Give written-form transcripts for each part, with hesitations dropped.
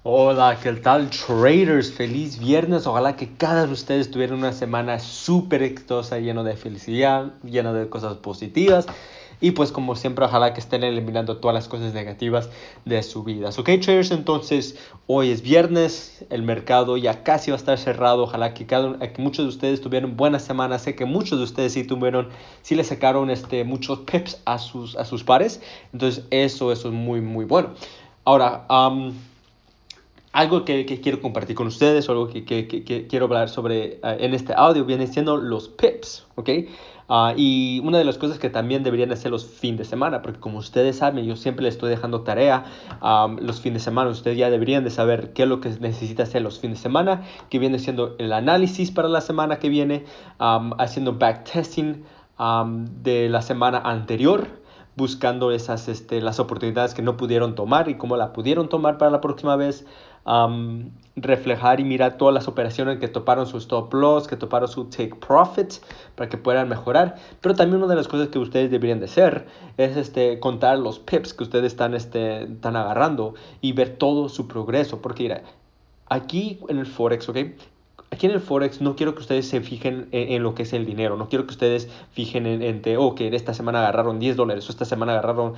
Hola, ¿qué tal, traders? Feliz viernes. Ojalá que cada uno de ustedes tuviera una semana súper exitosa, lleno de felicidad, lleno de cosas positivas. Y pues como siempre, ojalá que estén eliminando todas las cosas negativas de su vida. Ok, traders, entonces hoy es viernes, el mercado ya casi va a estar cerrado. Ojalá que que muchos de ustedes tuvieran buenas semanas. Sé que muchos de ustedes sí le sacaron muchos pips a sus pares. Entonces eso es muy, muy bueno. Ahora, algo que quiero compartir con ustedes, o algo que quiero hablar sobre en este audio, viene siendo los pips, ¿ok? Y una de las cosas que también deberían hacer los fines de semana, porque como ustedes saben, yo siempre les estoy dejando tarea los fines de semana. Ustedes ya deberían de saber qué es lo que necesita hacer los fines de semana, que viene siendo el análisis para la semana que viene, haciendo backtesting de la semana anterior, buscando las oportunidades que no pudieron tomar y cómo la pudieron tomar para la próxima vez. Reflejar y mirar todas las operaciones que toparon su stop loss, que toparon su take profit, para que puedan mejorar. Pero también una de las cosas que ustedes deberían de hacer es contar los pips que ustedes están agarrando y ver todo su progreso. Porque mira, aquí en el Forex, ¿ok? Aquí en el Forex no quiero que ustedes se fijen en lo que es el dinero. No quiero que ustedes fijen que esta semana agarraron $10 o esta semana agarraron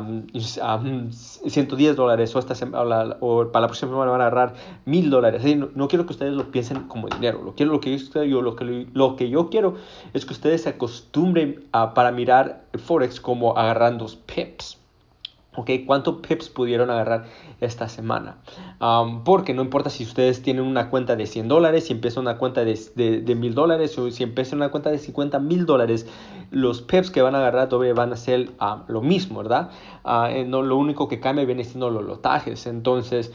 $110 o para la próxima semana van a agarrar $1,000. ¿Sí? No quiero que ustedes lo piensen como dinero. Lo que yo quiero es que ustedes se acostumbren para mirar el Forex como agarrando pips. Okay, ¿cuánto pips pudieron agarrar esta semana? Porque no importa si ustedes tienen una cuenta de $100, si empiezan una cuenta de $1,000 o si empiezan una cuenta de $50,000, los pips que van a agarrar todavía van a ser lo mismo, ¿verdad? No, lo único que cambia viene siendo los lotajes. Entonces,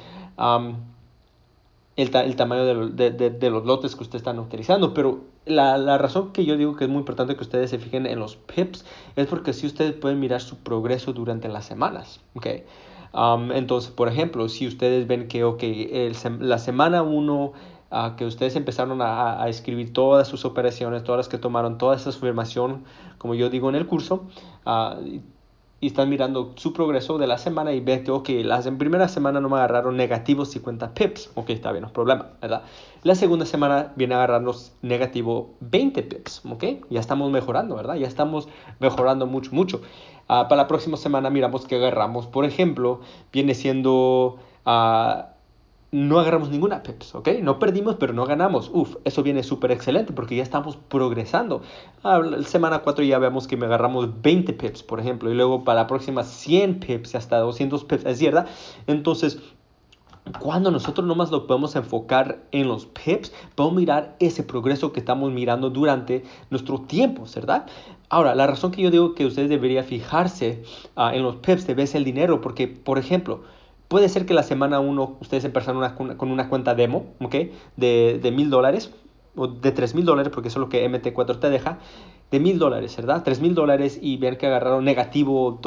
el tamaño de los lotes que ustedes están utilizando. Pero la razón que yo digo que es muy importante que ustedes se fijen en los pips es porque así ustedes pueden mirar su progreso durante las semanas. Okay. Entonces, por ejemplo, si ustedes ven que la semana 1 que ustedes empezaron a escribir todas sus operaciones, todas las que tomaron, toda esa afirmación, como yo digo en el curso, y están mirando su progreso de la semana y ven que las en primera semana no me agarraron negativos 50 pips. Ok, está bien, no es problema, ¿verdad? La segunda semana viene a agarrarnos negativo 20 pips. Ok, ya estamos mejorando, ¿verdad? Ya estamos mejorando mucho, mucho. Para la próxima semana miramos que agarramos, por ejemplo, viene siendo no agarramos ninguna pips, ¿ok? No perdimos, pero no ganamos. Eso viene súper excelente porque ya estamos progresando. Semana 4 ya vemos que me agarramos 20 pips, por ejemplo, y luego para la próxima 100 pips, hasta 200 pips, ¿es cierto? Entonces, cuando nosotros nomás lo podemos enfocar en los pips, podemos mirar ese progreso que estamos mirando durante nuestro tiempo, ¿verdad? Ahora, la razón que yo digo que ustedes deberían fijarse en los pips de vez el dinero, porque, por ejemplo, puede ser que la semana 1 ustedes empezaron con una cuenta demo, ¿ok? De $1,000 o de $3,000, porque eso es lo que MT4 te deja, de $1,000, ¿verdad? $3,000 y ven que agarraron negativo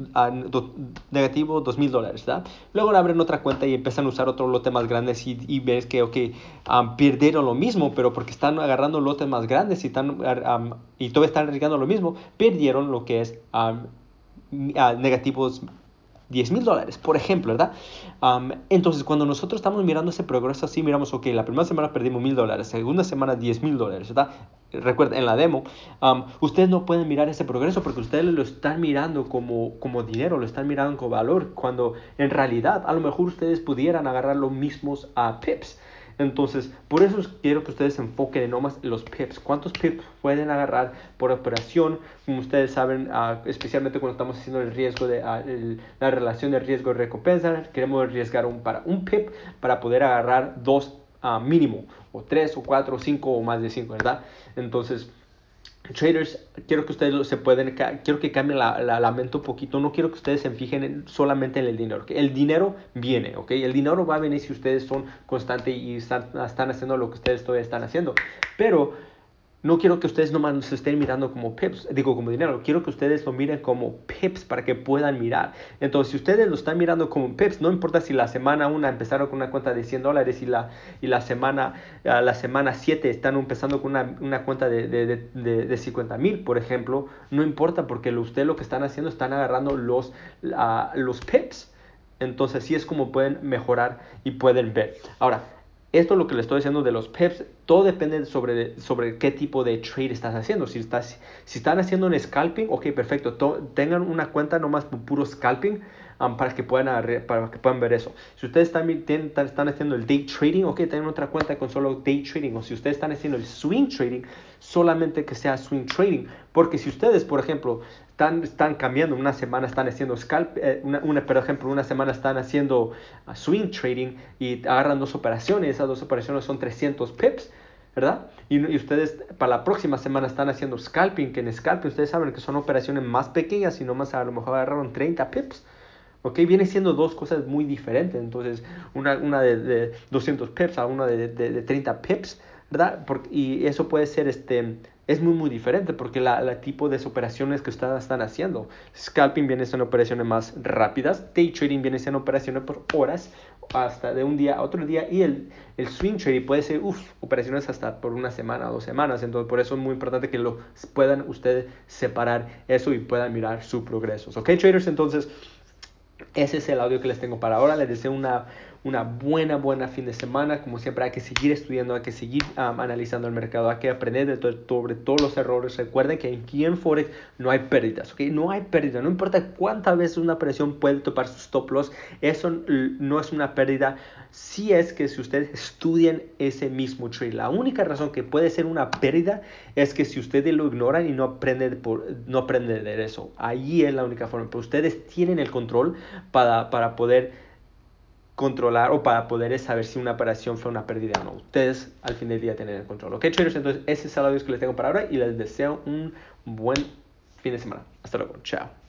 $2,000, ¿verdad? Luego abren otra cuenta y empiezan a usar otro lote más grandes y ves que, perdieron lo mismo, pero porque están agarrando lotes más grandes y todavía están arriesgando lo mismo, perdieron lo que es negativos $10,000, por ejemplo, ¿verdad? Entonces, cuando nosotros estamos mirando ese progreso así, miramos, ok, la primera semana perdimos $1,000, segunda semana $10,000, ¿verdad? Recuerden, en la demo, ustedes no pueden mirar ese progreso porque ustedes lo están mirando como dinero, lo están mirando como valor, cuando en realidad a lo mejor ustedes pudieran agarrar los mismos pips. Entonces, por eso quiero que ustedes se enfoquen en nomás los pips. ¿Cuántos pips pueden agarrar por operación? Como ustedes saben, especialmente cuando estamos haciendo el riesgo la relación de riesgo y recompensa, queremos arriesgar para un pip para poder agarrar dos mínimo, o 3 o 4 o 5 o más de 5, ¿verdad? Entonces, traders, quiero que ustedes quiero que cambien la mente un poquito. No quiero que ustedes se fijen solamente en el dinero. ¿Okay? El dinero viene, ¿ok? El dinero va a venir si ustedes son constantes y están haciendo lo que ustedes todavía están haciendo. Pero no quiero que ustedes nomás se estén mirando como pips, como dinero. Quiero que ustedes lo miren como pips para que puedan mirar. Entonces, si ustedes lo están mirando como pips, no importa si la semana 1 empezaron con una cuenta de $100 y la semana 7 están empezando con una cuenta de 50,000, por ejemplo. No importa porque ustedes lo que están haciendo están agarrando los pips. Entonces, así es como pueden mejorar y pueden ver. Ahora, esto es lo que les estoy diciendo de los pips. Todo depende sobre qué tipo de trade estás haciendo. Si están haciendo un scalping, ok, perfecto. Tengan una cuenta nomás por puro scalping para que puedan ver eso. Si ustedes también están haciendo el day trading, ok, tengan otra cuenta con solo day trading. O si ustedes están haciendo el swing trading, solamente que sea swing trading. Porque si ustedes, por ejemplo, están cambiando, una semana están haciendo por ejemplo, una semana están haciendo swing trading y agarran dos operaciones, esas dos operaciones son 300 pips, ¿verdad? Y ustedes para la próxima semana están haciendo scalping, que en scalping ustedes saben que son operaciones más pequeñas y nomás a lo mejor agarraron 30 pips. ¿Ok? Viene siendo dos cosas muy diferentes. Entonces, una de 200 pips a una de 30 pips, ¿verdad? Y eso puede ser, es muy diferente porque la tipo de operaciones que ustedes están haciendo. Scalping viene siendo operaciones más rápidas. Day trading viene siendo operaciones por horas, hasta de un día a otro día. Y el swing trading puede ser, operaciones hasta por una semana o 2 semanas. Entonces, por eso es muy importante que lo puedan ustedes separar eso y puedan mirar sus progresos. ¿Ok, traders? Entonces, ese es el audio que les tengo para ahora. Les deseo una buena fin de semana. Como siempre, hay que seguir estudiando, hay que seguir analizando el mercado, hay que aprender sobre todos los errores. Recuerden que aquí en Forex no hay pérdidas, ¿ok? No hay pérdida. No importa cuántas veces una operación puede topar su stop loss, eso no es una pérdida. Si es que si ustedes estudian ese mismo trade, la única razón que puede ser una pérdida es que si ustedes lo ignoran y no aprenden de eso. Ahí es la única forma. Pero ustedes tienen el control para poder controlar o para poder saber si una operación fue una pérdida o no. Ustedes al fin del día tienen el control. Ok, traders, entonces ese es el audio que les tengo para ahora y les deseo un buen fin de semana. Hasta luego. Chao.